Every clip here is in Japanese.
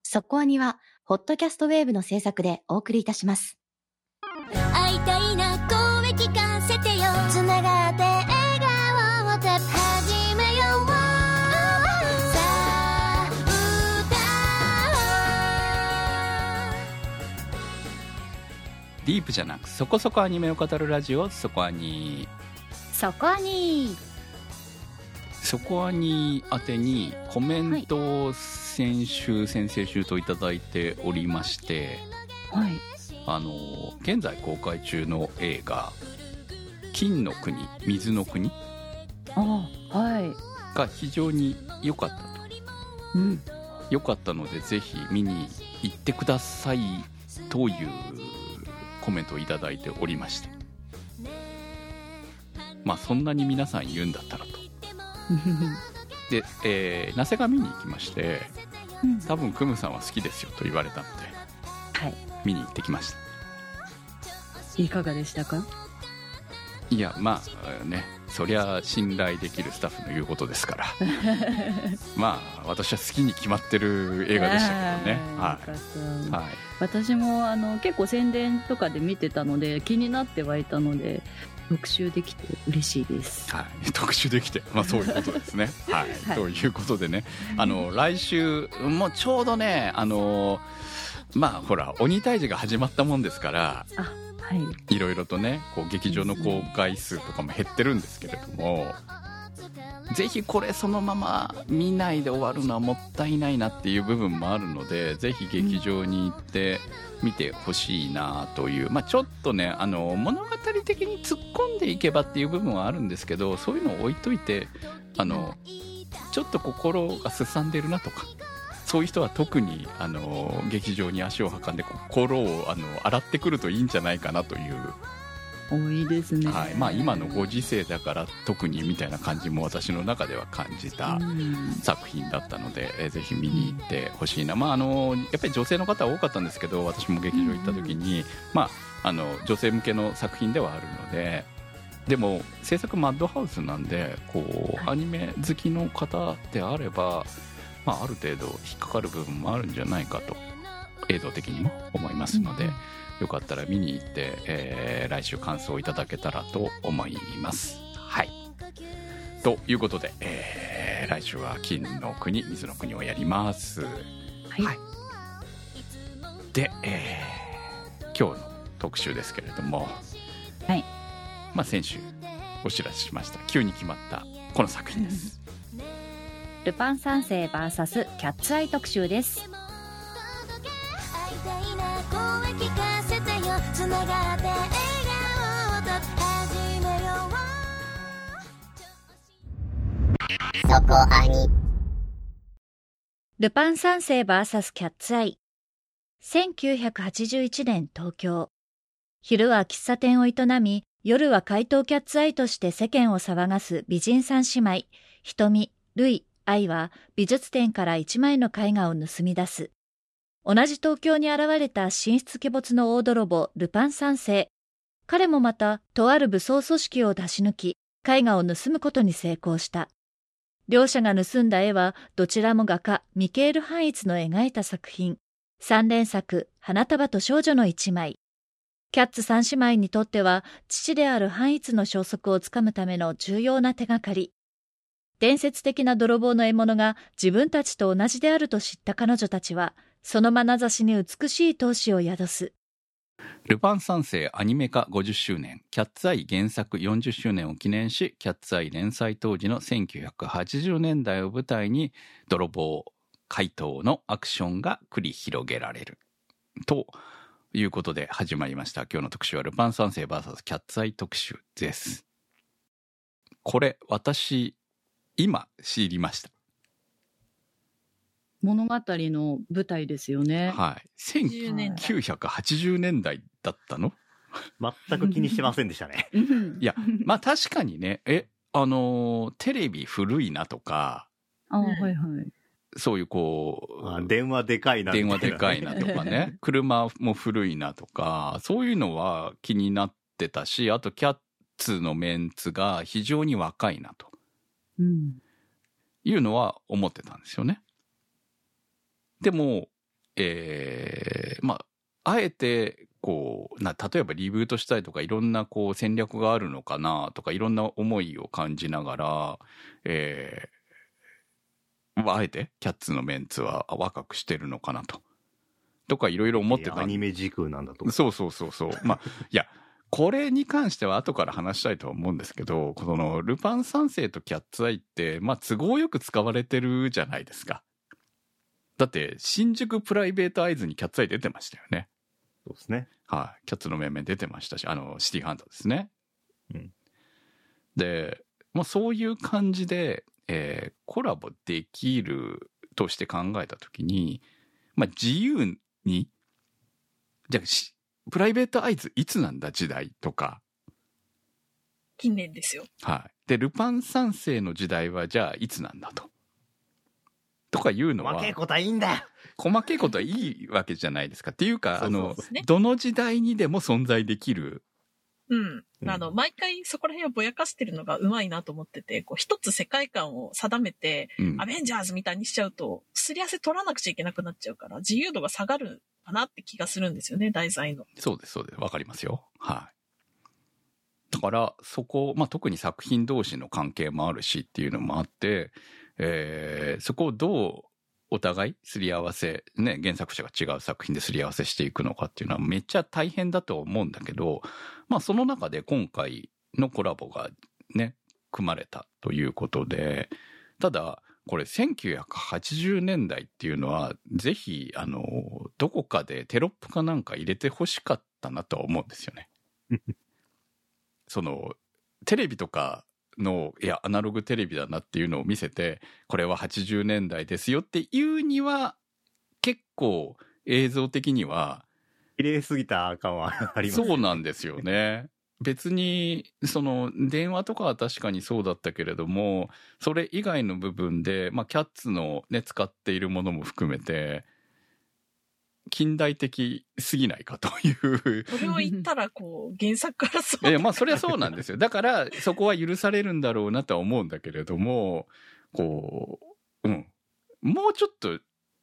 そこアニはホットキャストウェーブの制作でお送りいたします。 会いたいな、声聞かせてよ。つながって笑顔を始めよう。さあ歌おう。ディープじゃなくそこそこアニメを語るラジオ、そこアニ。 そこアニ。 そこアニ宛てにコメントを先々週といただいておりまして、 はい、 現在公開中の映画金の国水の国が非常に良かったと、良かったのでぜひ見に行ってくださいというコメントをいただいておりまして、まあそんなに皆さん言うんだったらとで、那瀬が見に行きまして、多分クムさんは好きですよと言われたので、 はい、 見に行ってきました。 いかがでしたか？ いやまあね、そりゃ信頼できるスタッフの言うことですからまあ私は好きに決まってる映画でしたけどね。はい、はい、 私も結構宣伝とかで見てたので気になってはいたので特集できて嬉しいです。 はい、特集できて、まあそういうことですね。はい、はい、ということでね、来週もうちょうどね、まあほら鬼退治が始まったもんですから、 はい、 いろいろとねこう劇場の公開数とかも減ってるんですけれども、ぜひこれそのまま見ないで終わるのはもったいないなっていう部分もあるので、ぜひ劇場に行って見てほしいなという、まあ、ちょっとね物語的に突っ込んでいけばっていう部分はあるんですけど、そういうのを置いといてちょっと心がすさんでるなとか、そういう人は特に劇場に足を運んで心を洗ってくるといいんじゃないかなという。 多いですね。 はい、まあ今のご時世だから特にみたいな感じも私の中では感じた作品だったので、ぜひ見に行ってほしいな。まあやっぱり女性の方多かったんですけど、私も劇場行った時に、まあ女性向けの作品ではあるので、でも制作マッドハウスなんでこうアニメ好きの方であれば、まあある程度引っかかる部分もあるんじゃないかと映像的にも思いますので、よかったら見に行って、来週感想をいただけたらと思います。はい。ということで、来週は金の国水の国をやります。はい。はい、で、今日の特集ですけれども、 はい。 まあ先週お知らせしました急に決まったこの作品です。 ルパン三世 VS キャッツアイ特集です。つながって笑顔と始めよう。そこアニ。ルパン三世 VS キャッツアイ。1981年東京。昼は喫茶店を営み、夜は怪盗キャッツアイとして世間を騒がす美人三姉妹、瞳、ルイ、愛は美術展から一枚の絵画を盗み出す。同じ東京に現れた神出鬼没の大泥棒ルパン三世。彼もまたとある武装組織を出し抜き、絵画を盗むことに成功した。両者が盗んだ絵はどちらも画家ミケール・ハイツの描いた作品。三連作花束と少女の一枚。キャッツ三姉妹にとっては父であるハイツの消息をつかむための重要な手がかり。伝説的な泥棒の獲物が自分たちと同じであると知った彼女たちは、その眼差しに美しい闘志を宿す。 ルパン三世アニメ化50周年、キャッツアイ原作40周年を記念し、キャッツアイ連載当時の1980年代を舞台に泥棒怪盗のアクションが繰り広げられるということで始まりました。今日の特集はルパン三世 VS キャッツアイ特集です。これ私今知りました。 物語の舞台ですよね。 はい。1980年代だったの？ 全く気にしてませんでしたね。 いや、まあ確かにね、テレビ古いなとか、 はいはい。 そういうこう、 電話でかいなとかね、車も古いなとか、そういうのは気になってたし、あとキャッツのメンツが非常に若いなと、いうのは思ってたんですよね。でもまああえてこう例えばリブートしたいとかいろんなこう戦略があるのかなとかいろんな思いを感じながら、あえてキャッツのメンツは若くしてるのかなとかいろいろ思ってた。 アニメ時空なんだと。 そうまあいやこれに関しては後から話したいとは思うんですけど、このルパン三世とキャッツアイってまあ都合よく使われてるじゃないですか。だって新宿プライベートアイズにキャッツアイ出てましたよね。 そうですね。 はい、キャッツの面々出てましたし、シティハンターですね。 うん、で、 まあ、そういう感じで、コラボできるとして考えたときに、まあ、自由にじゃあプライベートアイズいつなんだ時代とか。 近年ですよ。 はい。でルパン三世の時代はじゃあいつなんだとかいうのは細けいことはいいんだよ。 細けいことはいいわけじゃないですか。っていうかね、 どの時代にでも存在できる。 うん。毎回そこら辺をぼやかしてるのがうまいなと思ってて、こう一つ世界観を定めて、アベンジャーズみたいにしちゃうと、すり合わせ取らなくちゃいけなくなっちゃうから、自由度が下がるかなって気がするんですよね、題材の。 そうです。わかりますよ。はい。だからそこ、まあ、特に作品同士の関係もあるしっていうのもあって、そこをどうお互いすり合わせ、ね、原作者が違う作品ですり合わせしていくのかっていうのはめっちゃ大変だと思うんだけど、まあその中で今回のコラボがね、組まれたということで、ただこれ1980年代っていうのはぜひどこかでテロップかなんか入れてほしかったなとは思うんですよね。テレビとかのアナログテレビだなっていうのを見せて、これは80年代ですよっていうには結構映像的には綺麗すぎた感はあります。 そうなんですよね。別に電話とかは確かにそうだったけれども、それ以外の部分で、まあ、キャッツのね使っているものも含めて近代的すぎないかという。 それを言ったらこう原作からそうまあそれはそうなんですよ。だからそこは許されるんだろうなとは思うんだけれども、こうもうちょっと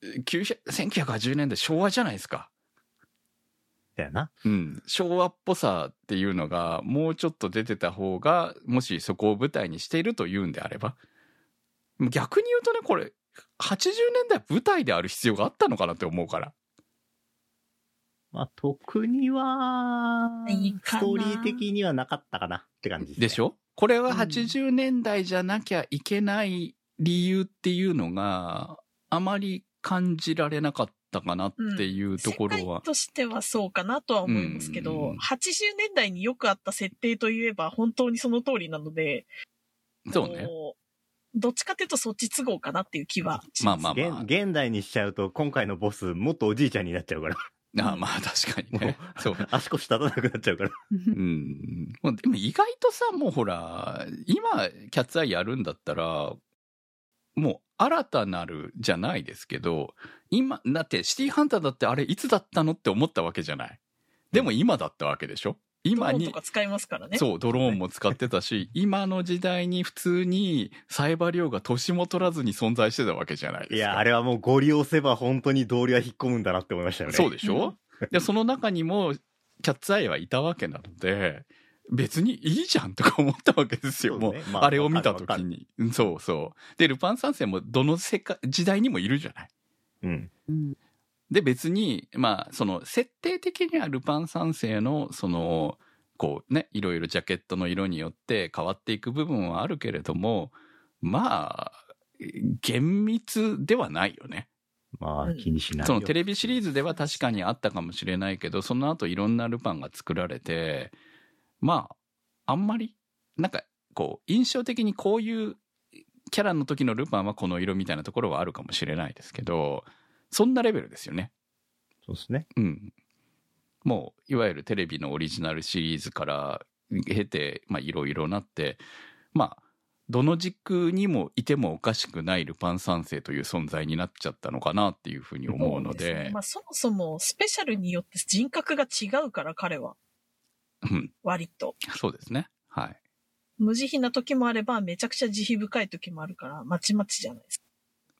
1980年代昭和じゃないですか。 だよな。 昭和っぽさっていうのがもうちょっと出てた方が、もしそこを舞台にしているというんであれば、逆に言うとね、これ80年代舞台である必要があったのかなって思うから。 まあ特にはストーリー的にはなかったかなって感じですね。 でしょ？これは80年代じゃなきゃいけない理由っていうのがあまり感じられなかったかなっていうところは、 世界としてはそうかなとは思いますけど、80年代によくあった設定といえば本当にその通りなので、 そうね、 どっちかというとそっち都合かなっていう気はします。 まあ現代にしちゃうと今回のボスもっとおじいちゃんになっちゃうから。 まあ確かにね。そう足腰立たなくなっちゃうから。 でも意外とさ、もうほら今キャッツアイやるんだったらもう新たなるじゃないですけど、今だってシティハンターだってあれいつだったのって思ったわけじゃない。でも今だったわけでしょ。今にドローンとか使いますからね。 そうドローンも使ってたし、今の時代に普通にサイバリョウが年も取らずに存在してたわけじゃないですか。 いやあれはもうゴリ押せば本当に道理は引っ込むんだなって思いましたよね。 そうでしょ。でその中にもキャッツアイはいたわけなので、別にいいじゃんとか思ったわけですよ。もう、あれを見たときに。そうでルパン三世もどの時代にもいるじゃない。で別にまあその設定的にはルパン三世のこうね、いろいろジャケットの色によって変わっていく部分はあるけれども、まあ厳密ではないよね。 まあ気にしないよ。 そのテレビシリーズでは確かにあったかもしれないけど、その後いろんなルパンが作られて、まああんまりなんかこう印象的にこういうキャラの時のルパンはこの色みたいなところはあるかもしれないですけど、そんなレベルですよね。 そうですね。 もういわゆるテレビのオリジナルシリーズから経て、まあいろいろなって、まあどの軸にもいてもおかしくないルパン三世という存在になっちゃったのかなっていうふうに思うので、 ね、まあそもそもスペシャルによって人格が違うから彼は、割とそうですね。はい。 無慈悲な時もあればめちゃくちゃ慈悲深い時もあるからまちまちじゃないですか。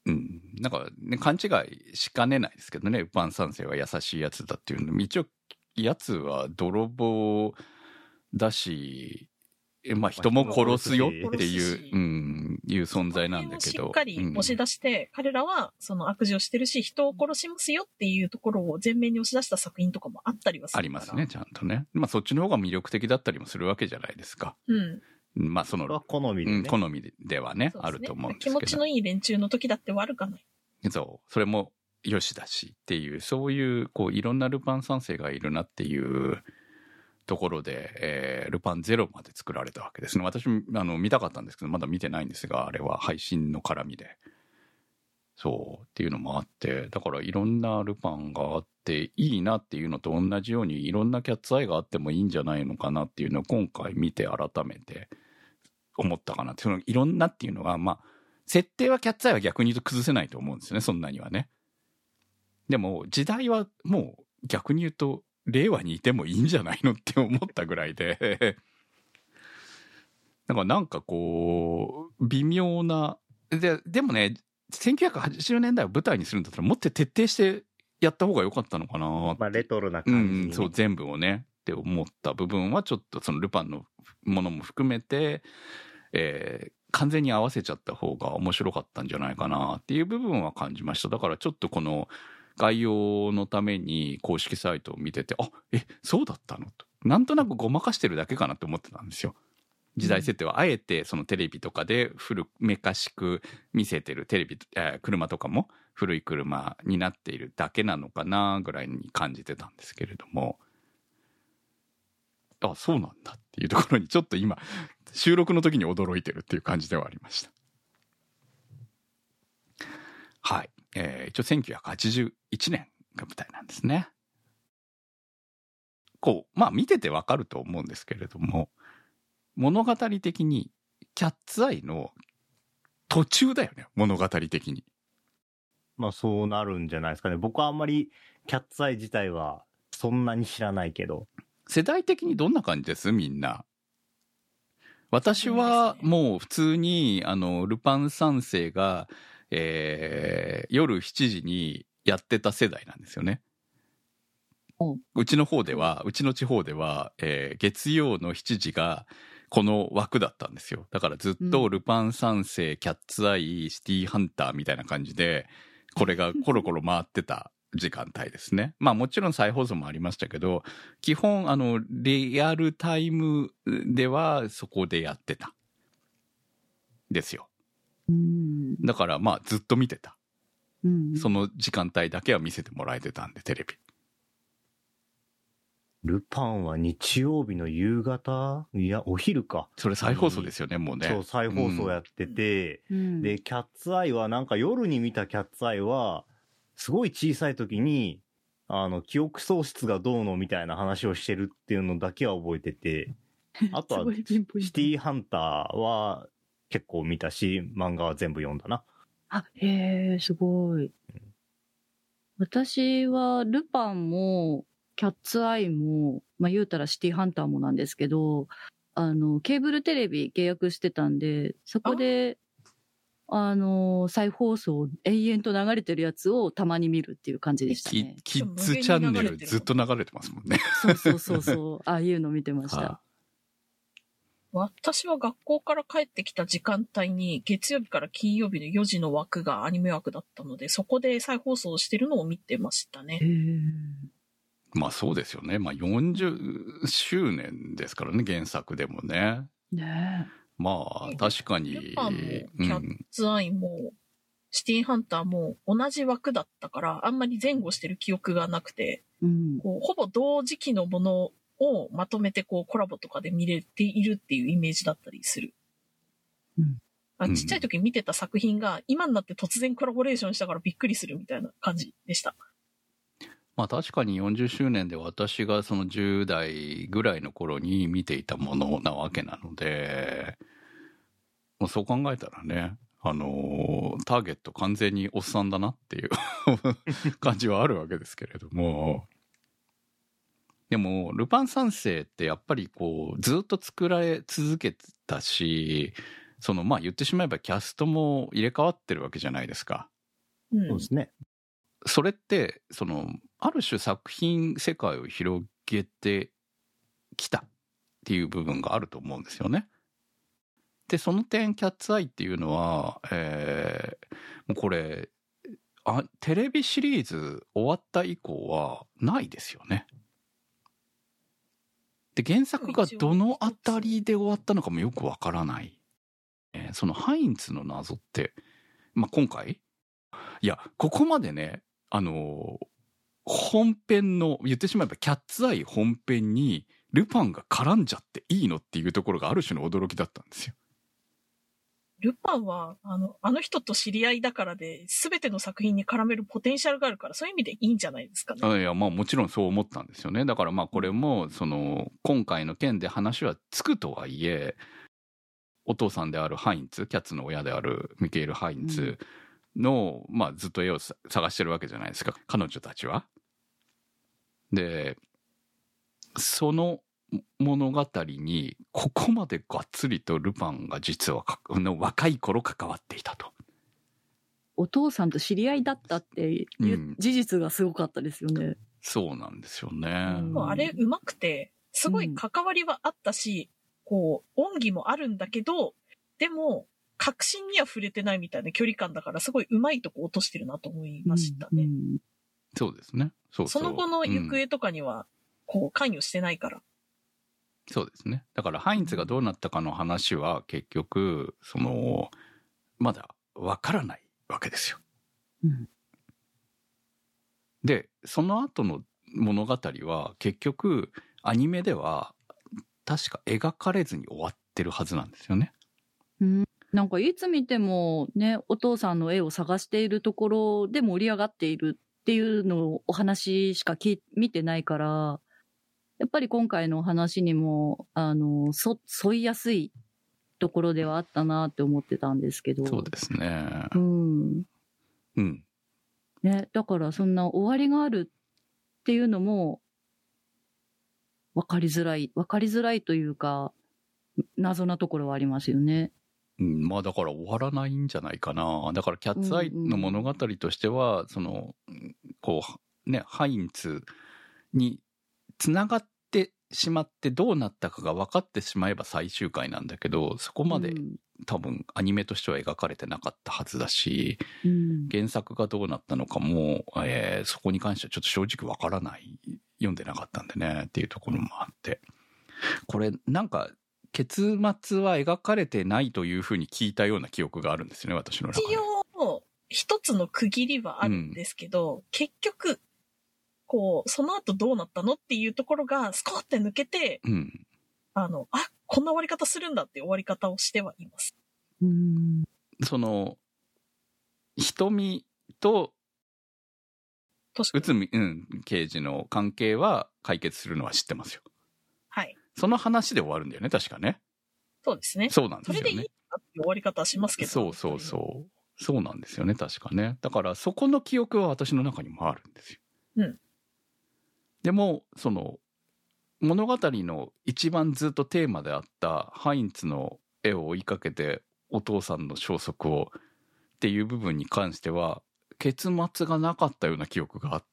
なんか、ね、勘違いしかねないですけどね、ルパン三世は優しいやつだっていうの。一応、やつは泥棒だし、まあ人も殺すよっていう、いう存在なんだけど。 しっかり押し出して、彼らはその悪事をしてるし、人を殺しますよっていうところを前面に押し出した作品とかもあったりはするから。 ありますね、ちゃんとね。まあそっちの方が魅力的だったりもするわけじゃないですか。まあその好みでね、 好みではね、あると思うんですけど。 気持ちのいい連中の時だって悪かない。 それもよしだしっていう、そういうこういろんなルパン三世がいるなっていうところで、ルパンゼロまで作られたわけですね。私見たかったんですけどまだ見てないんですが、あれは配信の絡みでそうっていうのもあって、だからいろんなルパンがあっていいなっていうのと同じように、いろんなキャッツアイがあってもいいんじゃないのかなっていうのを今回見て改めて思ったかなって。そのいろんなっていうのは、まあ設定はキャッツアイは逆に言うと崩せないと思うんですよね、そんなにはね。でも時代はもう逆に言うと令和にいてもいいんじゃないのって思ったぐらいでなんかこう微妙なでもね、1980年代を舞台にするんだったらもっと徹底してやった方が良かったのかな。 まあレトロな感じに、ね、 そう全部をねって思った部分はちょっとそのルパンのものも含めて、完全に合わせちゃった方が面白かったんじゃないかなっていう部分は感じました。だからちょっとこの概要のために公式サイトを見てて、そうだったのと、なんとなくごまかしてるだけかなって思ってたんですよ。時代設定はあえてそのテレビとかで古めかしく見せてるテレビ、車とかも古い車になっているだけなのかなぐらいに感じてたんですけれども、そうなんだっていうところにちょっと今収録の時に驚いてるっていう感じではありました。はい、一応1981年が舞台なんですね。こうまあ見ててわかると思うんですけれども、物語的にキャッツアイの途中だよね、物語的に。 まあそうなるんじゃないですかね。僕はあんまりキャッツアイ自体はそんなに知らないけど。 世代的にどんな感じですみんな。私はもう普通にルパン三世が、夜7時にやってた世代なんですよね。うちの地方では、月曜の7時がこの枠だったんですよ。だからずっとルパン三世、キャッツアイ、シティハンターみたいな感じでこれがコロコロ回ってた時間帯ですね。まあもちろん再放送もありましたけど、基本リアルタイムではそこでやってたですよ。だからまあずっと見てた、その時間帯だけは見せてもらえてたんで、テレビ。 ルパンは日曜日の夕方、いやお昼か、 それ再放送ですよね、もうね。 そう再放送やってて、でキャッツアイはなんか夜に見たキャッツアイはすごい小さい時に記憶喪失がどうのみたいな話をしてるっていうのだけは覚えてて、あとはシティハンターは結構見たし、漫画は全部読んだな。 へえ、すごい。私はルパンもキャッツアイも、まあ言うたらシティハンターもなんですけど、ケーブルテレビ契約してたんで、そこで再放送永遠と流れてるやつをたまに見るっていう感じでしたね。 キッズチャンネルずっと流れてますもんね。 そうああいうの見てました。 私は学校から帰ってきた時間帯に月曜日から金曜日の4時の枠がアニメ枠だったので、そこで再放送してるのを見てましたね。 まあそうですよね。まあ40周年ですからね、原作でもね。まあ確かに。 ルパンもキャッツアイもシティハンターも同じ枠だったから、あんまり前後してる記憶がなくて、こうほぼ同時期のものをまとめてこうコラボとかで見れているっていうイメージだったりする。ちっちゃい時見てた作品が今になって突然コラボレーションしたからびっくりするみたいな感じでした。 まあ確かに40周年で私がその10代ぐらいの頃に見ていたものなわけなので、もうそう考えたらね、ターゲット完全におっさんだなっていう感じはあるわけですけれども、でもルパン三世ってやっぱりこうずっと作られ続けたし、まあ言ってしまえばキャストも入れ替わってるわけじゃないですか。 そうですね。 それってある種作品世界を広げてきたっていう部分があると思うんですよね。でその点キャッツアイっていうのは、もうこれテレビシリーズ終わった以降はないですよね。で原作がどのあたりで終わったのかもよくわからない、そのハインツの謎って、今回いやここまでね本編の言ってしまえばキャッツアイ本編にルパンが絡んじゃっていいのっていうところがある種の驚きだったんですよ。 ルパンはあの人と知り合いだからで全ての作品に絡めるポテンシャルがあるから、そういう意味でいいんじゃないですかね。 いやもちろんそう思ったんですよね。だからこれも今回の件で話はつくとはいえ、お父さんであるハインツ、キャッツの親であるミケール・ハインツの、ずっと絵を探してるわけじゃないですか、彼女たちは。でその物語にここまでがっつりとルパンが実は若い頃関わっていたと。 お父さんと知り合いだったっていう事実がすごかったですよね。 そうなんですよね。 あれうまくてすごい関わりはあったし、恩義もあるんだけど、でも確信には触れてないみたいな距離感だから、すごいうまいとこ落としてるなと思いましたね。 そうですね。その後の行方とかには関与してないから。 そうですね。だからハインツがどうなったかの話は結局まだわからないわけですよ。でその後の物語は結局アニメでは確か描かれずに終わってるはずなんですよね。 なんかいつ見てもね、お父さんの絵を探しているところで盛り上がっているっていうのをお話しか見てないから、やっぱり今回の話にも沿いやすいところではあったなって思ってたんですけど。 そうですね。 ね、だからそんな終わりがあるっていうのも分かりづらいというか謎なところはありますよね。 だから終わらないんじゃないかな。だからキャッツアイの物語としては、ハインツにつながってしまってどうなったかが分かってしまえば最終回なんだけど、そこまで多分アニメとしては描かれてなかったはずだし、原作がどうなったのかも、そこに関してはちょっと正直分からない、読んでなかったんでねっていうところもあって、これなんか結末は描かれてないというふうに聞いたような記憶があるんですよね、私の中で。 一応一つの区切りはあるんですけど、結局その後どうなったのっていうところがスコーって抜けて、こんな終わり方するんだって終わり方をしてはいます。 瞳と内海刑事の関係は解決するのは知ってますよ。 はい。 その話で終わるんだよね、確かね。 そうですね。 そうなんですよね。 それでいいなって終わり方はしますけど。 そうなんですよね、確かね。だからそこの記憶は私の中にもあるんですよ。でも物語の一番ずっとテーマであったハインツの絵を追いかけてお父さんの消息をっていう部分に関しては結末がなかったような記憶があって、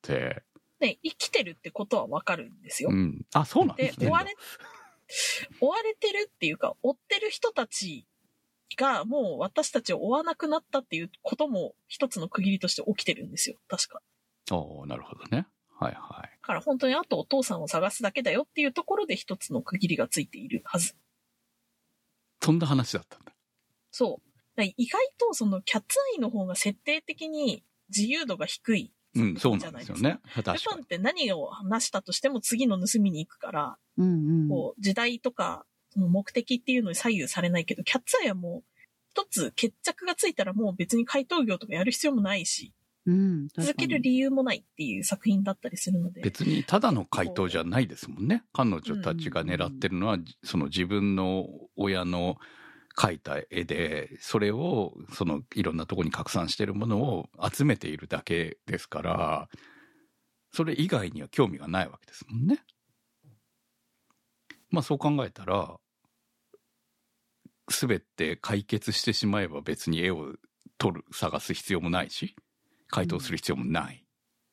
ね、生きてるってことはわかるんですよ。 そうなんですね。で、追われてるっていうか、追ってる人たちがもう私たちを追わなくなったっていうことも一つの区切りとして起きてるんですよ、確か。 なるほどね。はいはい。 だから本当にあとお父さんを探すだけだよっていうところで一つの区切りがついているはず。 そんな話だったんだ。 そう。意外とそのキャッツアイの方が設定的に自由度が低い。 そうなんですよね。 ルパンって何を話したとしても次の盗みに行くから、時代とかその目的っていうのに左右されないけど、キャッツアイはもう一つ決着がついたらもう別に怪盗業とかやる必要もないし、続ける理由もないっていう作品だったりするので、 別にただの怪盗じゃないですもんね。彼女たちが狙ってるのは、その自分の親の描いた絵で、それをいろんなところに拡散してるものを集めているだけですから、それ以外には興味がないわけですもんね。そう考えたら全て解決してしまえば別に絵を探す必要もないし、 回答する必要もない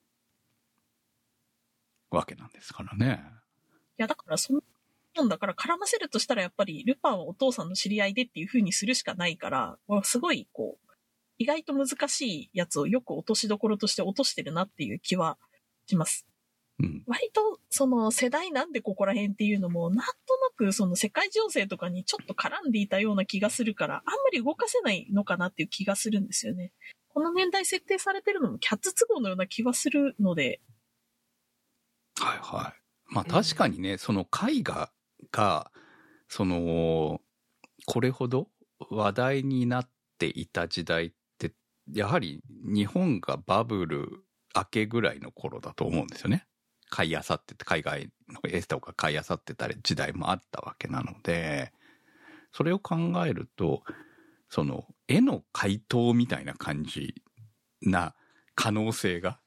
わけなんですからね。 いや、だからそんなもんだから絡ませるとしたらやっぱりルパンはお父さんの知り合いでっていう風にするしかないから、すごいこう、意外と難しいやつをよく落としどころとして落としてるなっていう気はします。 うん、 割とその世代なんでここら辺っていうのもなんとなくその世界情勢とかにちょっと絡んでいたような気がするから、あんまり動かせないのかなっていう気がするんですよね。この年代設定されてるのもキャッツ都合のような気はするので。 はいはい。まあ確かにね、その絵画がそのこれほど話題になっていた時代ってやはり日本がバブル明けぐらいの頃だと思うんですよね。買い漁ってて、海外の絵とか買い漁ってた時代もあったわけなので、それを考えるとその絵の回答みたいな感じな可能性が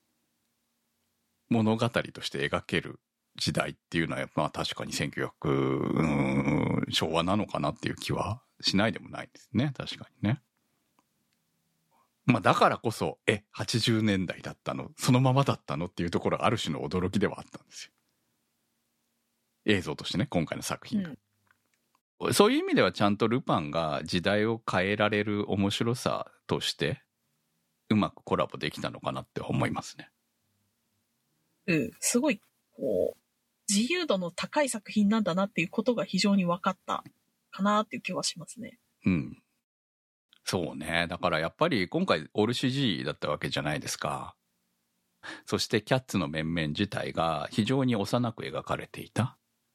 物語として描ける時代っていうのはまあ確かに昭和なのかなっていう気はしないでもないですね。確かにね。まあだからこそ80年代だったのそのままだったのっていうところがある種の驚きではあったんですよ。映像としてね、今回の作品が、そういう意味ではちゃんとルパンが時代を変えられる面白さとしてうまくコラボできたのかなって思いますね。 すごいこう自由度の高い作品なんだなっていうことが非常に分かったかなっていう気はしますね。 うん。そうね。だからやっぱり今回オール CG だったわけじゃないですか。そしてキャッツの面々自体が非常に幼く描かれていた。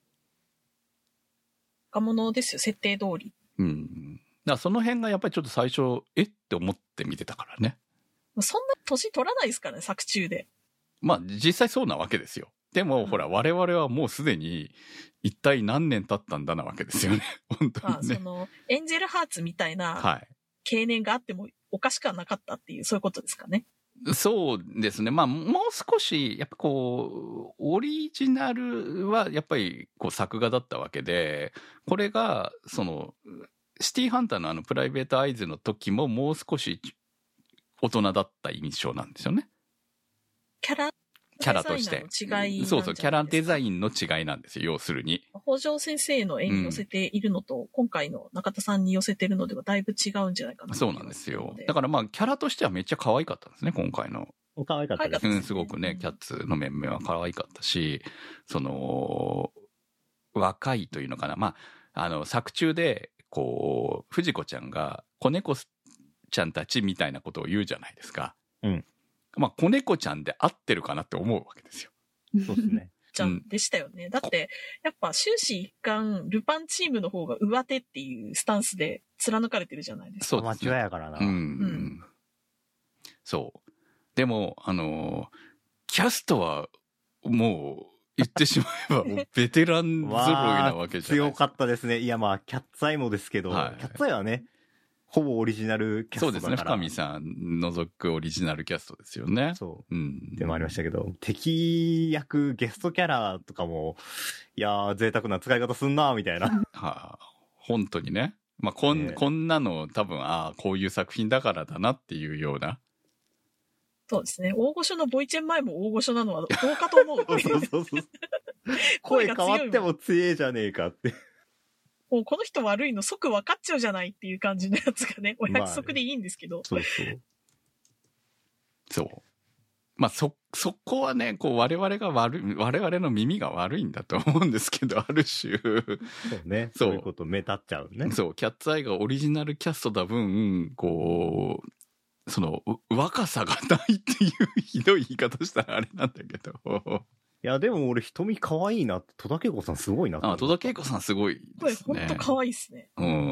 若者ですよ、設定通り。 うん。だからその辺がやっぱりちょっと最初って思って見てたからね。 そんな年取らないですからね、作中で。 まあ実際そうなわけですよ。でも、ほら我々はもうすでに一体何年経ったんだなわけですよね。本当にね。 そのエンジェルハーツみたいなはい経年があってもおかしくはなかったっていうそういうことですかね。 そうですね。まあもう少しやっぱこうオリジナルはやっぱりこう作画だったわけで、これがそのシティハンターのプライベートアイズの時ももう少し大人だった印象なんですよね。 キャラとして。 そうキャラデザインの違いなんですよ、要するに。 北条先生の絵に寄せているのと、今回の中田さんに寄せてるのではだいぶ違うんじゃないかな。 そうなんですよ。だからまあ、キャラとしてはめっちゃ可愛かったんですね、今回の。 可愛かったですね。 すごくね、キャッツの面々は可愛かったし、その、若いというのかな。まあ、作中で、こう、藤子ちゃんが子猫ちゃんたちみたいなことを言うじゃないですか。 うん。 まあ、子猫ちゃんで合ってるかなって思うわけですよ。 そうですね。 ちゃんでしたよね。だって、やっぱ終始一貫、ルパンチームの方が上手っていうスタンスで貫かれてるじゃないですか。 そうですね。 間違いやからな。 そう。でも、キャストは、もう、言ってしまえば、もうベテラン揃いなわけじゃないですか。 強かったですね。いや、まあ、キャッツアイもですけど、キャッツアイはね、ほぼオリジナルキャストだから。そうですね。 深見さん除くオリジナルキャストですよね。 そう。でもありましたけど、敵役、ゲストキャラとかも、いやー、贅沢な使い方すんなーみたいな。 本当にね。まあ、こんなの多分、こういう作品だからだなっていうような。 そうですね。大御所のボイチェン前も大御所なのはどうかと思う。 そう。声変わっても強えじゃねえかって。 もうこの人悪いの即分かっちゃうじゃないっていう感じのやつがね、お約束でいいんですけど。 そう。 まあそこはね、こう我々の耳が悪いんだと思うんですけど、ある種。 そうね。そういうこと目立っちゃうね。 そう、キャッツアイがオリジナルキャストだ分、こう、その若さがないっていうひどい言い方したらあれなんだけど。 いや、でも俺、瞳可愛いなって、戸田恵子さんすごいなって。 戸田恵子さんすごいですね。 ほんと可愛いっすね。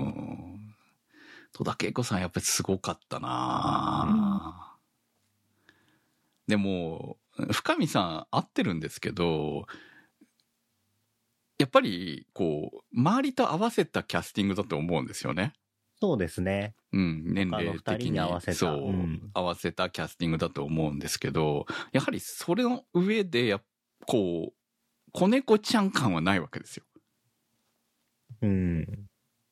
戸田恵子さんやっぱりすごかったな、でも、深見さん合ってるんですけど、やっぱり、こう、周りと合わせたキャスティングだと思うんですよね。 そうですね。 年齢的に合わせた。 合わせたキャスティングだと思うんですけど、やはりそれの上で、こう、子猫ちゃん感はないわけですよ。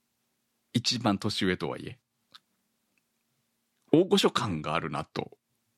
一番年上とはいえ。大御所感があるなと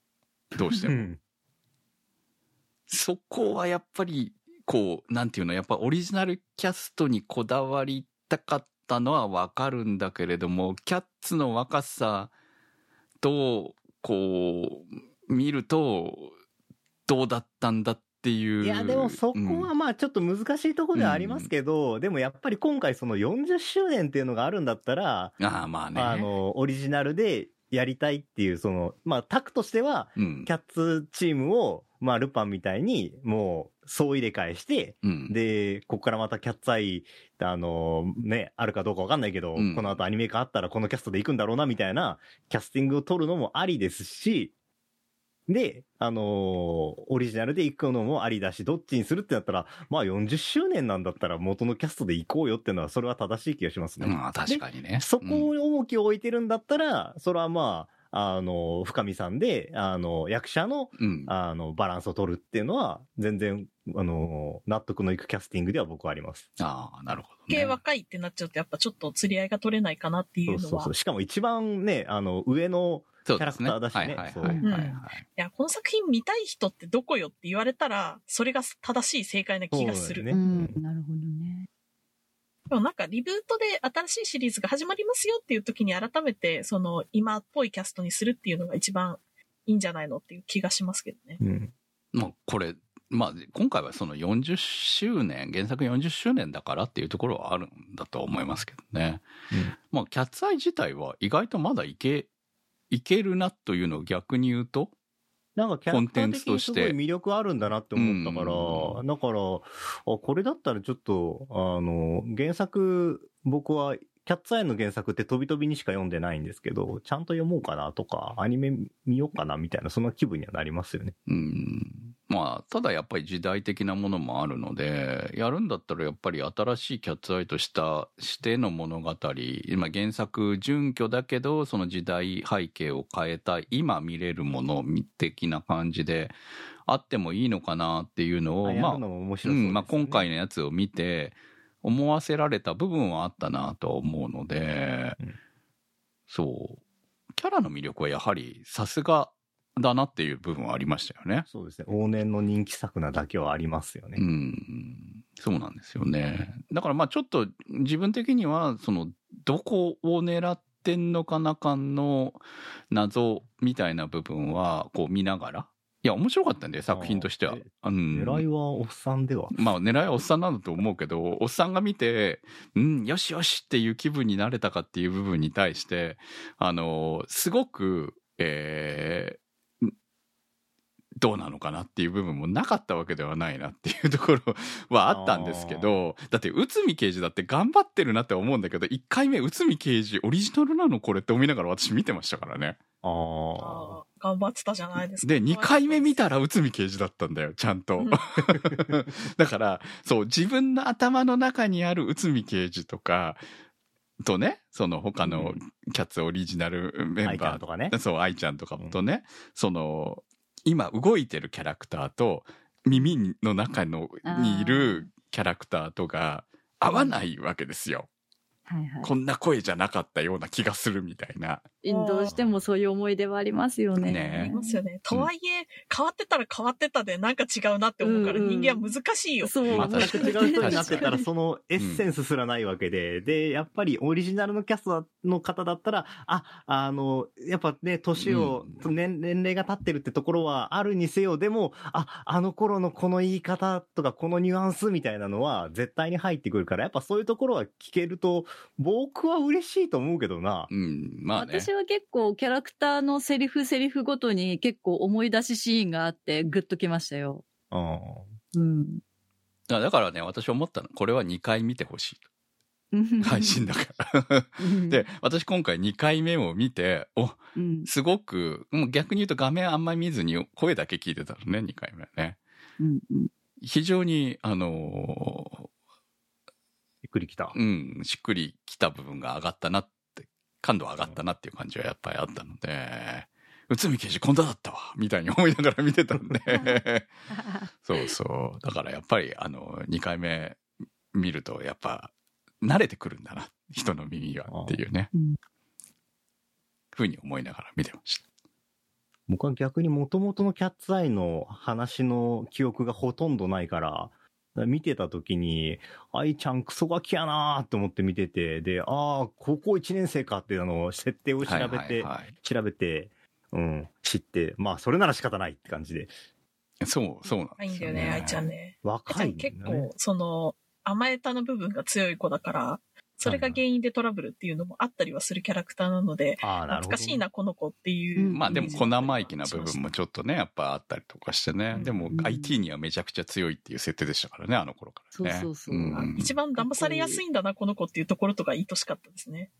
どうしても。そこはやっぱり、こう、なんていうの、やっぱオリジナルキャストにこだわりたかったのはわかるんだけれども、キャッツの若さと、こう、見ると、どうだったんだっていう。 いや、でもそこはまあちょっと難しいところではありますけど、でもやっぱり今回その40周年っていうのがあるんだったら、 まあね。 オリジナルでやりたいっていう、まあタクとしては、キャッツチームを、まあルパンみたいにもう総入れ替えして、で、ここからまたキャッツアイ、ね、あるかどうかわかんないけど、この後アニメ化あったらこのキャストで行くんだろうなみたいなキャスティングを取るのもありですし、で、オリジナルで行くのもありだし、どっちにするってなったら、まあ40周年なんだったら元のキャストで行こうよっていうのは、それは正しい気がしますね。 まあ確かにね。 そこに重きを置いてるんだったら、それはまあ、深見さんで、役者の、バランスを取るっていうのは、全然、納得のいくキャスティングでは僕はあります。 ああ、なるほど、ね。 若いってなっちゃうと、やっぱちょっと釣り合いが取れないかなっていうのは。 そう。しかも一番ね、上の、キャラクターだしね。 いや、この作品見たい人ってどこよって言われたら、それが正しい正解な気がする。 なるほどね。 でもなんかリブートで新しいシリーズが始まりますよっていう時に改めて、今っぽいキャストにするっていうのが一番いいんじゃないのっていう気がしますけどね。 まあこれ、まあ今回はその40周年、原作40周年だからっていうところはあるんだと思いますけどね。まあキャッツアイ自体は意外とまだいけるなというのを逆に言うと、 なんかキャラクター的にすごい魅力あるんだなって思ったから、だから、これだったらちょっと、原作、僕は、キャッツアイの原作って飛び飛びにしか読んでないんですけど、ちゃんと読もうかなとか、アニメ見ようかなみたいな、そんな気分にはなりますよね。 まあ、ただやっぱり時代的なものもあるので、やるんだったらやっぱり新しいキャッツアイとしての物語、今原作準拠だけど、その時代背景を変えた今見れるもの的な感じであってもいいのかなっていうのを、まあ今回のやつを見て思わせられた部分はあったなと思うので、そう。キャラの魅力はやはりさすがだなっていう部分はありましたよね。 そうですね。往年の人気作なだけはありますよね。 そうなんですよね。だからまあちょっと自分的にはどこを狙ってんのかな感の謎みたいな部分はこう見ながら、いや面白かったんで作品としては。 狙いはおっさんでは。 まあ狙いはおっさんなんだと思うけど、おっさんが見てよしよしっていう気分になれたかっていう部分に対してすごくどうなのかなっていう部分もなかったわけではないなっていうところはあったんですけど、だって内海刑事だって頑張ってるなって思うんだけど、1回目内海刑事オリジナルなのこれって思いながら私見てましたからね。 頑張ってたじゃないですか。 で2回目見たら内海刑事だったんだよちゃんと。だからそう自分の頭の中にある内海刑事とかとね、その他のキャッツオリジナルメンバーとかね、 そう愛ちゃんとかとね、今動いてるキャラクターと耳の中にいるキャラクターとが合わないわけですよ。こんな声じゃなかったような気がするみたいな。 どうしてもそういう思い出はありますよね。 ありますよね。とはいえ、変わってたら変わってたでなんか違うなって思うから人間は難しいよ。 そう、全く違う人になってたらそのエッセンスすらないわけで、で、やっぱりオリジナルのキャストの方だったら、やっぱね、年を、年齢が経ってるってところはあるにせよ、でも、あの頃のこの言い方とかこのニュアンスみたいなのは絶対に入ってくるから、やっぱそういうところは聞けると、僕は嬉しいと思うけどな。 まあね。 私は結構キャラクターのセリフごとに結構思い出しシーンがあってグッときましたよ。 だからね、私思ったの。これは2回見てほしい。配信だからで、私今回2回目を見て、すごく、もう逆に言うと画面あんまり見ずに声だけ聞いてたのね、2回目はね。非常に、 しっくりきた。 しっくりきた部分が上がったなって、感度上がったなっていう感じはやっぱりあったので、内海刑事こんなだったわみたいに思いながら見てたんでそうそう。だからやっぱり2回目見るとやっぱ慣れてくるんだな、人の耳はっていうね、ふうに思いながら見てました。 僕は逆に元々のキャッツアイの話の記憶がほとんどないから、見てた時に、愛ちゃんクソガキやなーって思って見てて、で、高校1年生かっていう設定を調べて、知って、まあ、それなら仕方ないって感じで。 そうなんですよね。 いいんだよね、愛ちゃんね。 若いんだよね。 結構、甘えたの部分が強い子だから、それが原因でトラブルっていうのもあったりはするキャラクターなので、懐かしいな、この子っていう。 まあでも小生意気な部分もちょっとね、やっぱあったりとかしてね。でも IT にはめちゃくちゃ強いっていう設定でしたからね、あの頃からね。 そう。 一番騙されやすいんだな、この子っていうところとか愛しかったですね。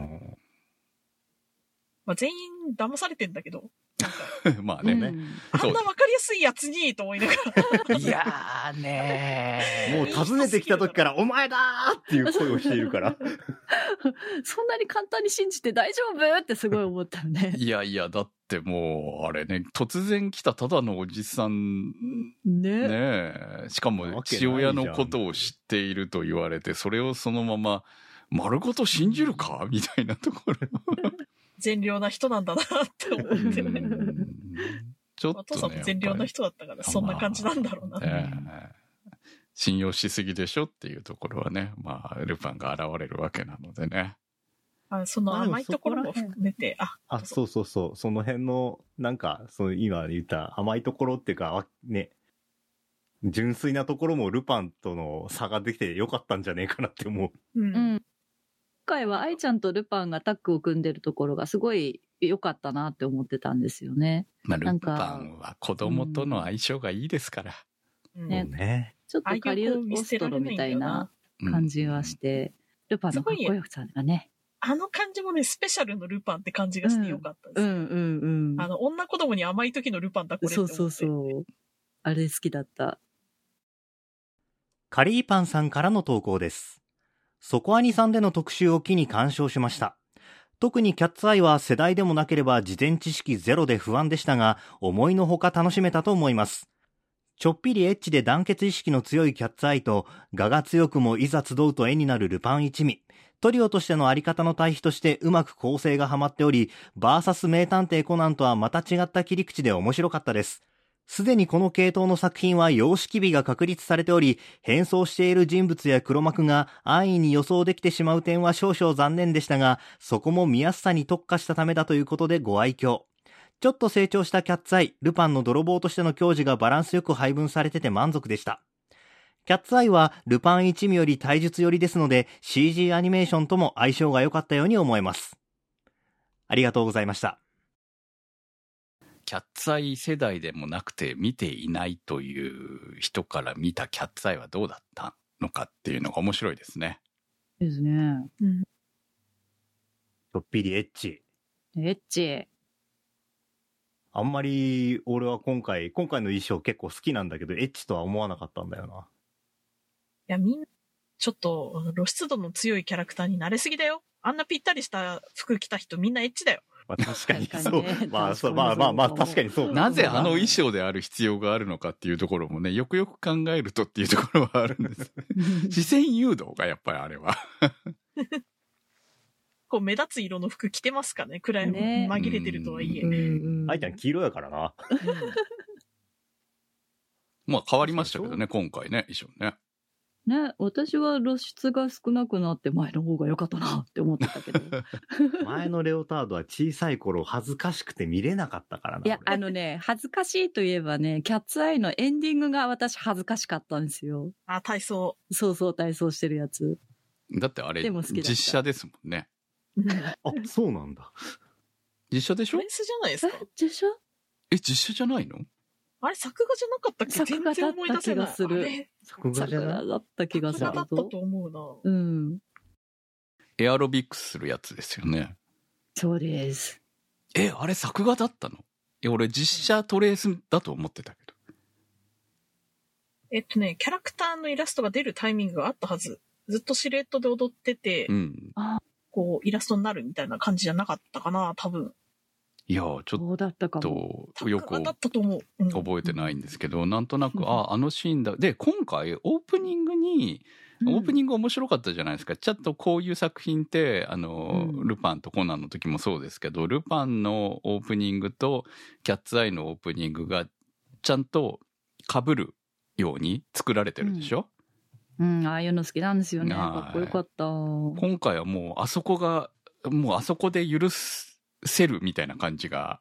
まあ全員騙されてんだけど。 まあね。 あんな分かりやすいやつにと思いながら。 いやーねー。 もう訪ねてきた時からお前だーっていう声をしているから。 そんなに簡単に信じて大丈夫ってすごい思ったよね。 いや、だってもう、あれね、突然来たただのおじさん。 ねしかも父親のことを知っていると言われて、それをそのまま丸ごと信じるかみたいなところ。 善良な人なんだなって思ってね。 ちょっとね、 お父さんも善良な人だったから、そんな感じなんだろうな。 信用しすぎでしょっていうところはね、まあ、ルパンが現れるわけなのでね。 その甘いところも含めて、 そう。その辺の、なんか、今言った甘いところっていうか、ね、純粋なところもルパンとの差ができてよかったんじゃねえかなって思う。 今回は愛ちゃんとルパンがタッグを組んでるところがすごい良かったなって思ってたんですよね。 まあ、ルパンは子供との相性がいいですから。 ね。ちょっとカリオストロみたいな感じはして、ルパンのかっこよさがね。 あの感じもね、スペシャルのルパンって感じがしてよかったです。女子供に甘い時のルパンだこれって思って。 そう。あれ好きだった。 カリーパンさんからの投稿です。そこアニさんでの特集を機に鑑賞しました。特にキャッツアイは世代でもなければ事前知識ゼロで不安でしたが、思いのほか楽しめたと思います。ちょっぴりエッチで団結意識の強いキャッツアイと、我が強くもいざ集うと絵になるルパン一味。トリオとしてのあり方の対比としてうまく構成がはまっており、バーサス名探偵コナンとはまた違った切り口で面白かったです。すでにこの系統の作品は様式美が確立されており、変装している人物や黒幕が安易に予想できてしまう点は少々残念でしたが、そこも見やすさに特化したためだということでご愛嬌。ちょっと成長したキャッツアイ、ルパンの泥棒としての矜持がバランスよく配分されてて満足でした。キャッツアイはルパン一味より体術寄りですので、CG アニメーションとも相性が良かったように思えます。ありがとうございました。 キャッツアイ世代でもなくて見ていないという人から見たキャッツアイはどうだったのかっていうのが面白いですね。 ですね。 ちょっぴりエッチ。 エッチ。 あんまり俺は今回の衣装結構好きなんだけど、エッチとは思わなかったんだよな。 いや、みんな、ちょっと露出度の強いキャラクターに慣れすぎだよ。あんなぴったりした服着た人みんなエッチだよ。 まあ、確かにそう。まあ確かにそう。 なぜあの衣装である必要があるのかっていうところもね、よくよく考えるとっていうところはあるんです。視線誘導がやっぱりあれは。 こう目立つ色の服着てますかね、暗い紛れてるとはいえ。 愛ちゃん黄色やからな。 まあ変わりましたけどね、今回ね、衣装ね。 ね、私は露出が少なくなって前の方が良かったなって思ってたけど。 前のレオタードは小さい頃恥ずかしくて見れなかったからな。 いや、恥ずかしいといえばね、キャッツアイのエンディングが私恥ずかしかったんですよ。 体操。 そう、体操してるやつ。 だってあれ、実写ですもんね。 あ、そうなんだ。 実写でしょ？ ベースじゃないですか？ 実写？ 実写じゃないの？ あれ作画じゃなかったっけ？ 作画だった気がする。 作画だった気がする。 作画だったと思うな。 うん。 エアロビックスするやつですよね。 そうです。 あれ作画だったの？俺実写トレースだと思ってたけど。 キャラクターのイラストが出るタイミングがあったはず。ずっとシルエットで踊ってて、こうイラストになるみたいな感じじゃなかったかな、多分。 いやちょっとよく覚えてないんですけど、なんとなくあのシーンだ。で今回オープニングにオープニング面白かったじゃないですか。ちょっとこういう作品ってルパンとコナンの時もそうですけど、ルパンのオープニングとキャッツアイのオープニングがちゃんと被るように作られてるでしょ。 ああいうの好きなんですよね。かっこよかった。 今回はもうあそこで許せるみたいな感じが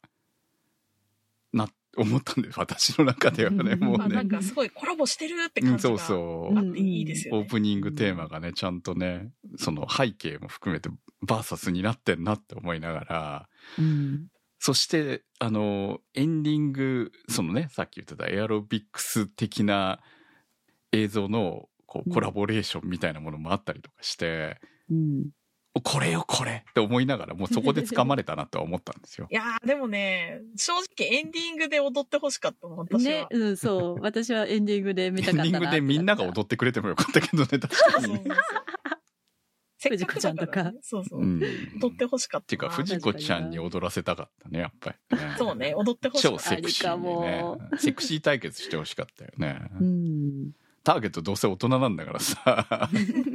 思ったんです、私の中ではね。もうね、 なんかすごいコラボしてるって感じがあっていいですよね。 オープニングテーマがね、ちゃんとね、その背景も含めてバーサスになってんなって思いながら、そしてエンディング、そのね、さっき言ってたエアロビクス的な映像のこうコラボレーションみたいなものもあったりとかして、これよこれって思いながら、もうそこで掴まれたなとは思ったんですよ。 いやーでもね、正直エンディングで踊ってほしかったの、私は。 ね、そう。私はエンディングで見たかったな。 エンディングでみんなが踊ってくれてもよかったけどね、確かに。 藤子ちゃんとか。 そう、踊ってほしかった。 っていうか、藤子ちゃんに踊らせたかったね、やっぱり、ね。 そうね、踊ってほしかった。 超セクシーにね。セクシー対決してほしかったよね。ターゲットどうせ大人なんだからさ。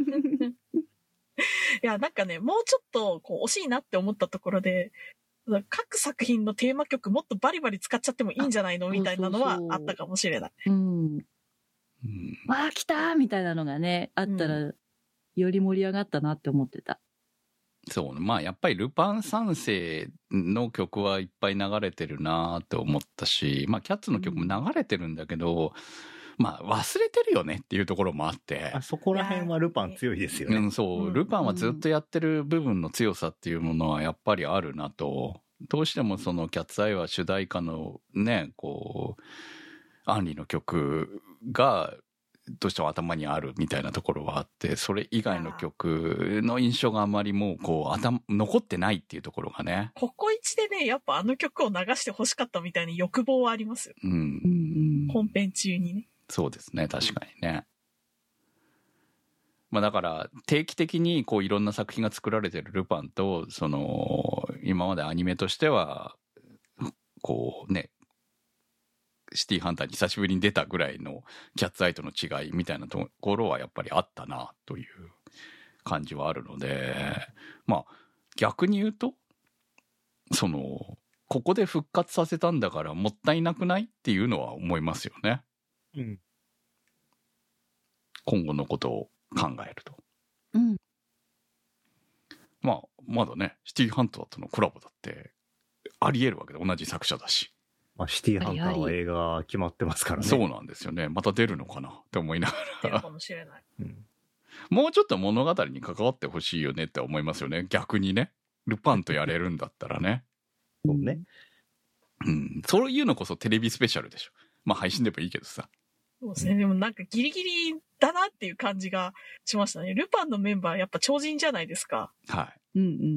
いや、なんかね、もうちょっとこう惜しいなって思ったところで、各作品のテーマ曲もっとバリバリ使っちゃってもいいんじゃないのみたいなのはあったかもしれない。わあ、来たみたいなのがね、あったら、より盛り上がったなって思ってた。 そうね。まあやっぱりルパン三世の曲はいっぱい流れてるなって思ったし、まあキャッツの曲も流れてるんだけど、まあ忘れてるよねっていうところもあって。 そこら辺はルパン強いですよね。 そう。ルパンはずっとやってる部分の強さっていうものはやっぱりあるなと。どうしてもそのキャッツアイは主題歌のね、こう、アンリの曲がどうしても頭にあるみたいなところはあって、それ以外の曲の印象があまりもうこう残ってないっていうところがね。 ここ一でね、やっぱあの曲を流してほしかったみたいな欲望はありますよ。本編中にね。 そうですね、確かにね。まあだから定期的にこういろんな作品が作られてるルパンと、その今までアニメとしてはこうね、シティハンターに久しぶりに出たぐらいのキャッツアイとの違いみたいなところはやっぱりあったなという感じはあるので、まあ逆に言うと、そのここで復活させたんだからもったいなくないっていうのは思いますよね。今後のことを考えると。まあまだね、シティハンターとのコラボだってあり得るわけで、同じ作者だし。 シティハンターは映画決まってますからね。 そうなんですよね。また出るのかなって思いながら。 出るかもしれない。 もうちょっと物語に関わってほしいよねって思いますよね。逆にね。ルパンとやれるんだったらね。 そうね。 そういうのこそテレビスペシャルでしょ。まあ配信でもいいけどさ。 そうですね。でもなんかギリギリだなっていう感じがしましたね。ルパンのメンバーやっぱ超人じゃないですか。 はい。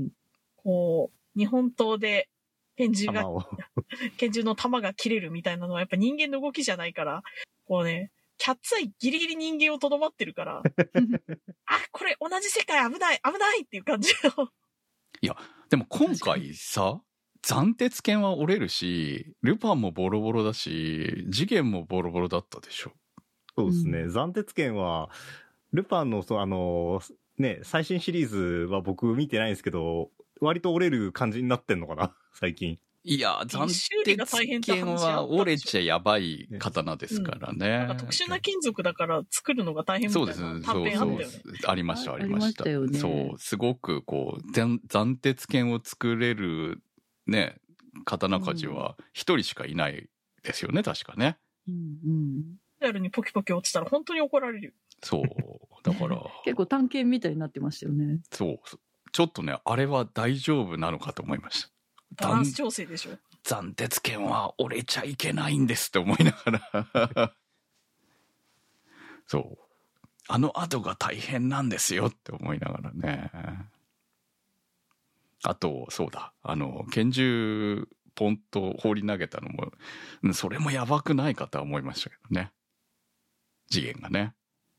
こう、日本刀で拳銃の弾が切れるみたいなのはやっぱ人間の動きじゃないから、こうね、キャッツアイギリギリ人間をとどまってるから、これ同じ世界危ないっていう感じの。 いや、でも今回さ、斬鉄剣は折れるし、ルパンもボロボロだし、次元もボロボロだったでしょ。 そうですね。斬鉄剣は、ルパンのね、最新シリーズは僕見てないんですけど、割と折れる感じになってんのかな最近。 いや、斬鉄剣は折れちゃやばい刀ですからね。 なんか特殊な金属だから作るのが大変みたいな短編あったよね。 ありました。よね。そう、すごくこう、斬鉄剣を作れるね、刀鍛冶は一人しかいないですよね、確かね。 リアルにポキポキ落ちたら本当に怒られるよ。 そう。だから。 結構探検みたいになってましたよね。 そう。ちょっとね、あれは大丈夫なのかと思いました。 バランス調整でしょ。 斬鉄剣は折れちゃいけないんですって思いながら。そう。あの後が大変なんですよって思いながらね。あと、そうだ。拳銃ポンと放り投げたのも、それもやばくないかとは思いましたけどね。次元がね。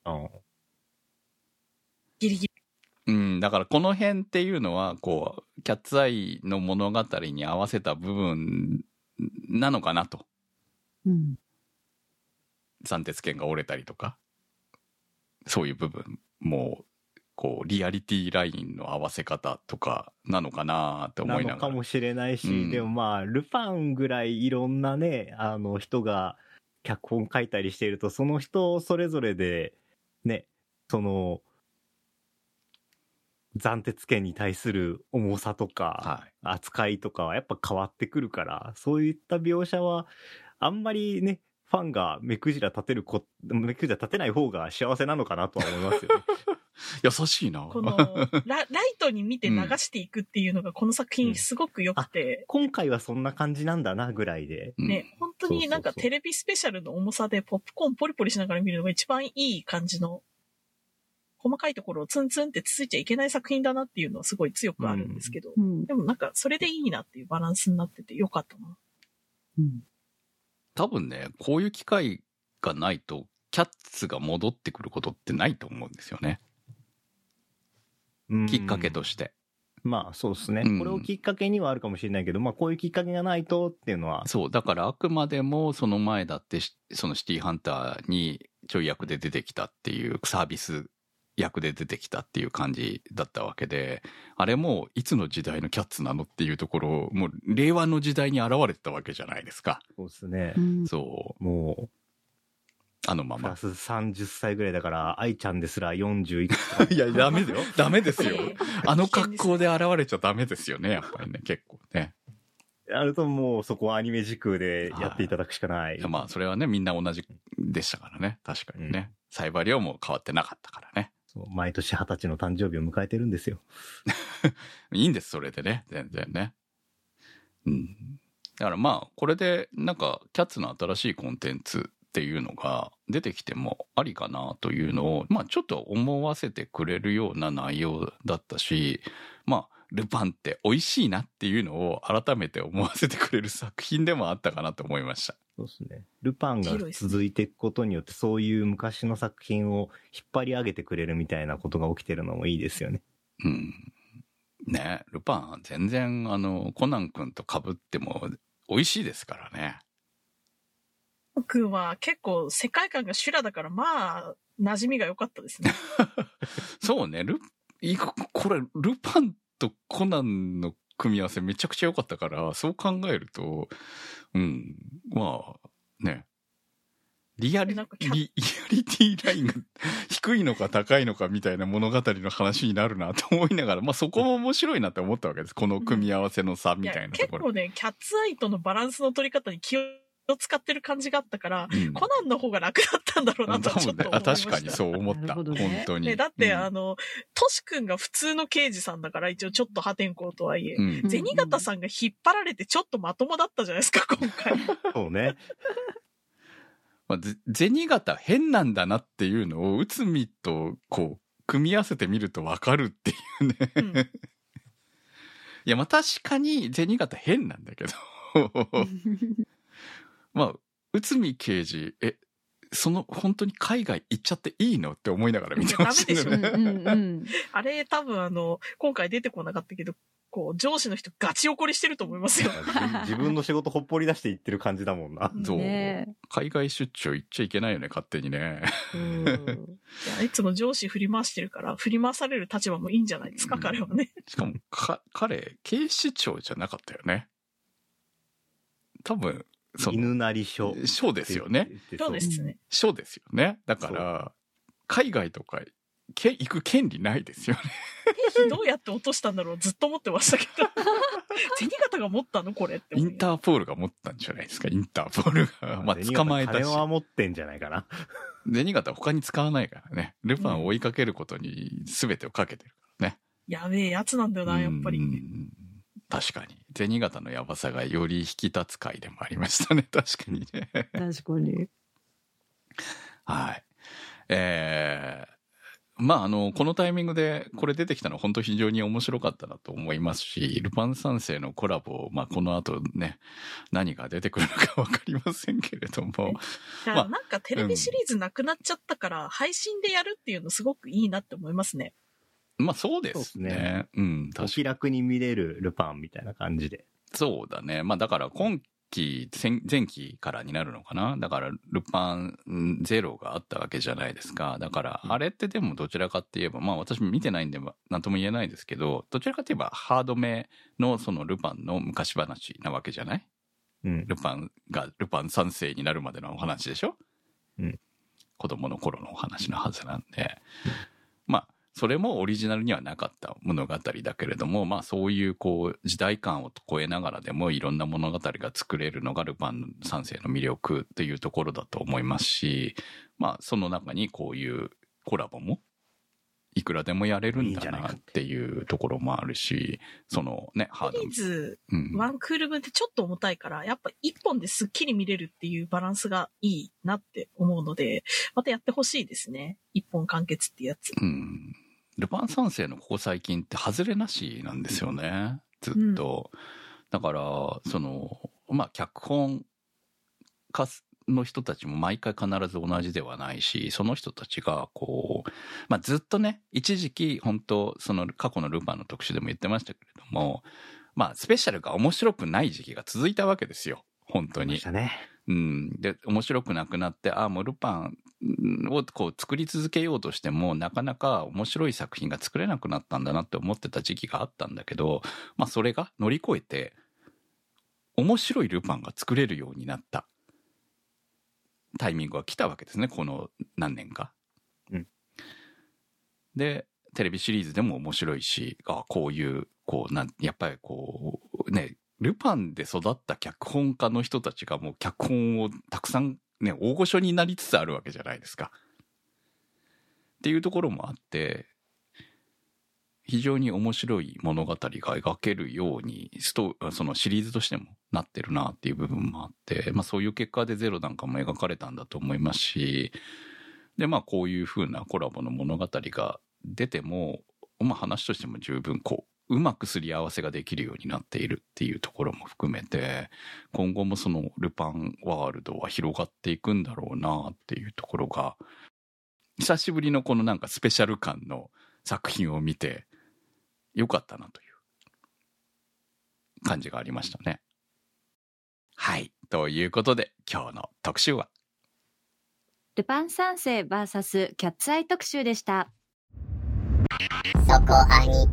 ギリギリ。 だからこの辺っていうのは、こう、キャッツアイの物語に合わせた部分なのかなと。斬鉄剣が折れたりとか、そういう部分もうこうリアリティラインの合わせ方とかなのかなって思いながら。 なのかもしれないし、でもまあルパンぐらいいろんなね人が脚本書いたりしていると、その人それぞれでね、その斬鉄剣に対する重さとか、扱いとかはやっぱ変わってくるから、そういった描写はあんまりね、ファンが目くじら立てない方が幸せなのかなとは思いますよね。 優しいな。 このライトに見て流していくっていうのがこの作品すごく良くて、 今回はそんな感じなんだなぐらいで、 ね、本当になんかテレビスペシャルの重さでポップコーンポリポリしながら見るのが一番いい感じの、細かいところをツンツンってつついちゃいけない作品だなっていうのはすごい強くあるんですけど、でもなんかそれでいいなっていうバランスになっててよかったな。 多分ね、こういう機会がないとキャッツが戻ってくることってないと思うんですよね。きっかけとして。 まあそうですね、これをきっかけにはあるかもしれないけど、まあこういうきっかけがないとっていうのは。 そう、だからあくまでもその前だってそのシティハンターにちょい役で出てきたっていう、サービス役で出てきたっていう感じだったわけで、あれもいつの時代のキャッツなのっていうところ、もう令和の時代に現れてたわけじゃないですか。 そうですね。 そう。 もうあのまま。 プラス30歳ぐらいだから、愛ちゃんですら40いくついや、ダメだよ。ダメですよ。あの格好で現れちゃダメですよね、やっぱりね、結構ね。 あるともうそこはアニメ時空でやっていただくしかない。 まあ、それはね、みんな同じでしたからね。確かにね。サイバリオも変わってなかったからね。 毎年20歳の誕生日を迎えてるんですよ。 いいんです、それでね。全然ね。だからまあ、これで、なんか、キャッツの新しいコンテンツっていうのが出てきてもありかなというのを、まあ、ちょっと思わせてくれるような内容だったし、まあ、ルパンって美味しいなっていうのを改めて思わせてくれる作品でもあったかなと思いました。 そうですね。ルパンが続いていくことによって、そういう昔の作品を引っ張り上げてくれるみたいなことが起きてるのもいいですよね。 ね、ルパン全然コナン君と被っても美味しいですからね。 僕は結構世界観が修羅だから、まあ馴染みが良かったですね。 そうね、これルパンとコナンの組み合わせめちゃくちゃ良かったから、そう考えると、まあね、リアリティラインが低いのか高いのかみたいな物語の話になるなと思いながら、まあそこも面白いなって思ったわけです。この組み合わせの差みたいなところ。 結構ね、キャッツアイとのバランスの取り方に気を使ってる感じがあったから、コナンの方が楽だったんだろうなとちょっと思いました。 確かにそう思った。本当に。 だってトシ君が普通の刑事さんだから、一応ちょっと破天荒とはいえ、銭形さんが引っ張られてちょっとまともだったじゃないですか、今回。 そうね。 まあ、銭形変なんだなっていうのを内海とこう組み合わせてみると分かるっていうね、いやまあ確かに銭形変なんだけどまあ内海刑事本当に海外行っちゃっていいのって思いながら見てましたね。 ダメでしょ。あれ多分今回出てこなかったけど、こう上司の人ガチ怒りしてると思いますよ。 自分の仕事ほっぽり出して言ってる感じだもんな。 そう、海外出張行っちゃいけないよね、勝手にね。 いや、いつも上司振り回してるから振り回される立場もいいんじゃないですか、彼はね。 しかも彼警視庁じゃなかったよね。多分犬なり署ですよね。 そうですね。 署ですよね。だから海外とか行く権利ないですよね。 どうやって落としたんだろう、ずっと思ってましたけど。銭形が持ったのこれって。 インターポールが持ったんじゃないですか、インターポールが。まあ捕まえたし。 金は持ってんじゃないかな。 銭形他に使わないからね。ルパンを追いかけることに全てをかけてるからね。 やべえやつなんだよな、やっぱり。 確かに。銭形のやばさがより引き立つ回でもありましたね。確かにね。 確かに。 はい。まあこのタイミングでこれ出てきたのは本当非常に面白かったなと思いますし、ルパン三世のコラボ、まあこの後ね、何が出てくるのかわかりませんけれども。 なんかテレビシリーズなくなっちゃったから、配信でやるっていうのすごくいいなって思いますね。 まあそうですね。 お気楽に見れるルパンみたいな感じで。 そうだね。まあだから今前期からになるのかな。だからルパンゼロがあったわけじゃないですか。だからあれってでもどちらかって言えば、まあ私も見てないんで何とも言えないですけど、どちらかといえばハードめのそのルパンの昔話なわけじゃない？うん、ルパン3世になるまでのお話でしょ？うん。子供の頃のお話のはずなんで、まあそれもオリジナルにはなかった物語だけれども、まあそういうこう時代感を超えながらでもいろんな物語が作れるのがルパン三世の魅力というところだと思いますし、まあその中にこういうコラボもいくらでもやれるんだなっていうところもあるし、そのね、ハード。シリーズワンクール分ってちょっと重たいから、やっぱ一本ですっきり見れるっていうバランスがいいなって思うので、またやってほしいですね。一本完結っていうやつ。 ルパン三世のここ最近って外れなしなんですよね。ずっと。だから、その、まあ、脚本家の人たちも毎回必ず同じではないし、その人たちがこう、まあ、ずっとね、一時期本当その過去のルパンの特集でも言ってましたけれども、まあ、スペシャルが面白くない時期が続いたわけですよ。本当に。で、面白くなくなって、もうルパンをこう作り続けようとしても、なかなか面白い作品が作れなくなったんだなって思ってた時期があったんだけど、まあそれが乗り越えて、面白いルパンが作れるようになったタイミングが来たわけですね、この何年か。で、テレビシリーズでも面白いし、こういう、やっぱりこう、ね、ルパンで育った脚本家の人たちがもう脚本をたくさんね、大御所になりつつあるわけじゃないですか。っていうところもあって、非常に面白い物語が描けるように、そのシリーズとしてもなってるなっていう部分もあって、まあそういう結果でゼロなんかも描かれたんだと思いますし、でまあこういう風なコラボの物語が出ても、まあ話としても十分うまくすり合わせができるようになっているっていうところも含めて、今後もそのルパンワールドは広がっていくんだろうなっていうところが、久しぶりのこのなんかスペシャル感の作品を見てよかったなという感じがありましたね。はい。ということで今日の特集はルパン三世 VS キャッツアイ特集でした。 そこアニ。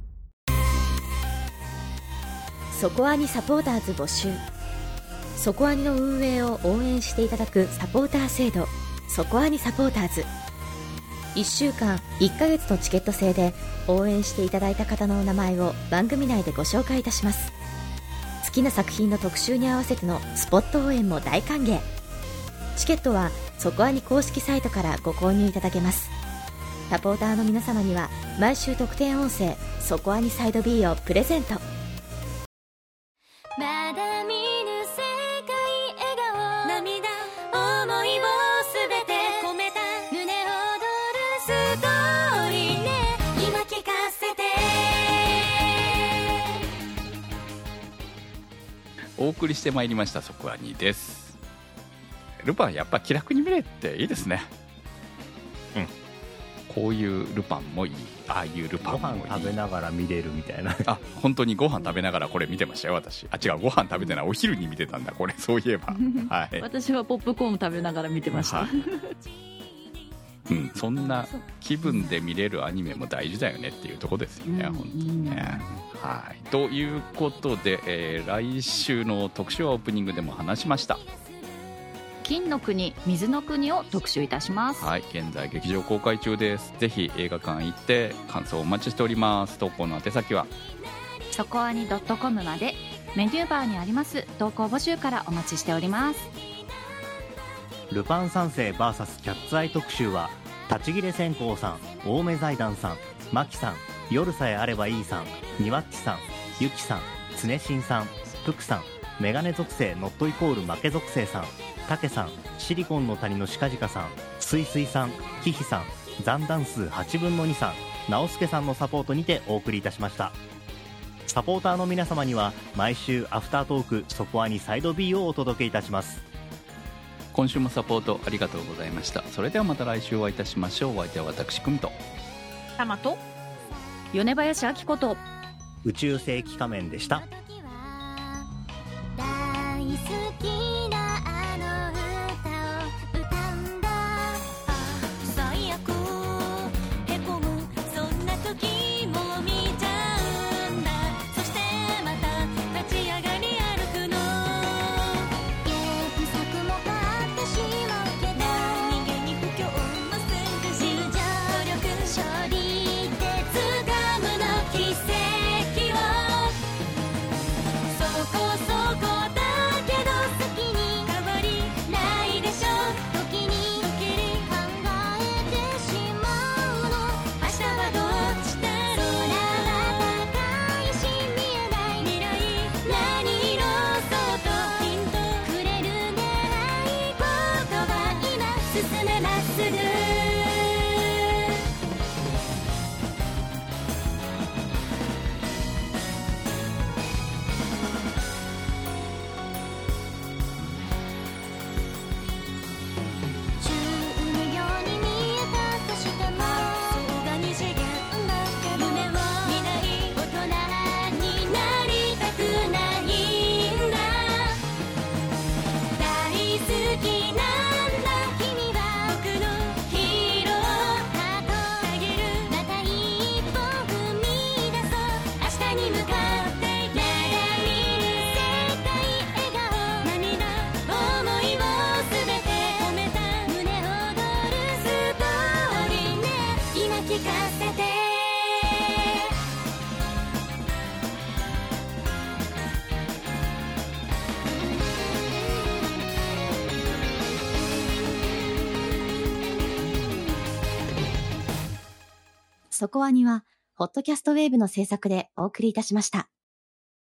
そこアニサポーターズ募集。そこアニの運営を応援していただくサポーター制度、そこアニサポーターズ。1週間1ヶ月のチケット制で応援していただいた方のお名前を番組内でご紹介いたします。好きな作品の特集に合わせてのスポット応援も大歓迎。チケットはそこアニ公式サイトからご購入いただけます。サポーターの皆様には毎週特典音声そこアニサイド B をプレゼント。 まだ見ぬ世界笑顔涙思いをすべて込めた胸躍るストーリーね、今聞かせて。 お送りしてまいりましたそこアニです。ルパンやっぱ気楽に見れていいですね。こういうルパンもいい、ああいうルパンもいい。 ご飯食べながら見れるみたいな。 本当にご飯食べながらこれ見てましたよ私。違う、ご飯食べてない、お昼に見てたんだこれ、そういえば。はい。 私はポップコーン食べながら見てました。 そんな気分で見れるアニメも大事だよねっていうところですよね、本当にね。はい。ということで、来週の特集はオープニングでも話しました。 金の国水の国を特集いたします。 はい、現在劇場公開中です。ぜひ映画館行って感想をお待ちしております。投稿の宛先はそこアニ .com まで。メニューバーにあります投稿募集からお待ちしております。 ルパン三世 VS キャッツアイ特集は立ち切れ線香さん、青梅財団さん、マキさん、夜さえあればいいさん、ニワッチさん、ユキさん、つねしんさん、プクさん、メガネ属性ノットイコール負け属性さん、タケさん、シリコンの谷のシカジカさん、スイスイさん、キヒさん、残弾数8分の2さん、直輔さんのサポートにてお送りいたしました。サポーターの皆様には毎週アフタートークそこアニサイド B をお届けいたします。 今週もサポートありがとうございました。それではまた来週お会いいたしましょう。お相手は私久美とタマと米林明子と宇宙世紀仮面でした。 大好するそこアニは、ホットキャストウェーブの制作でお送りいたしました。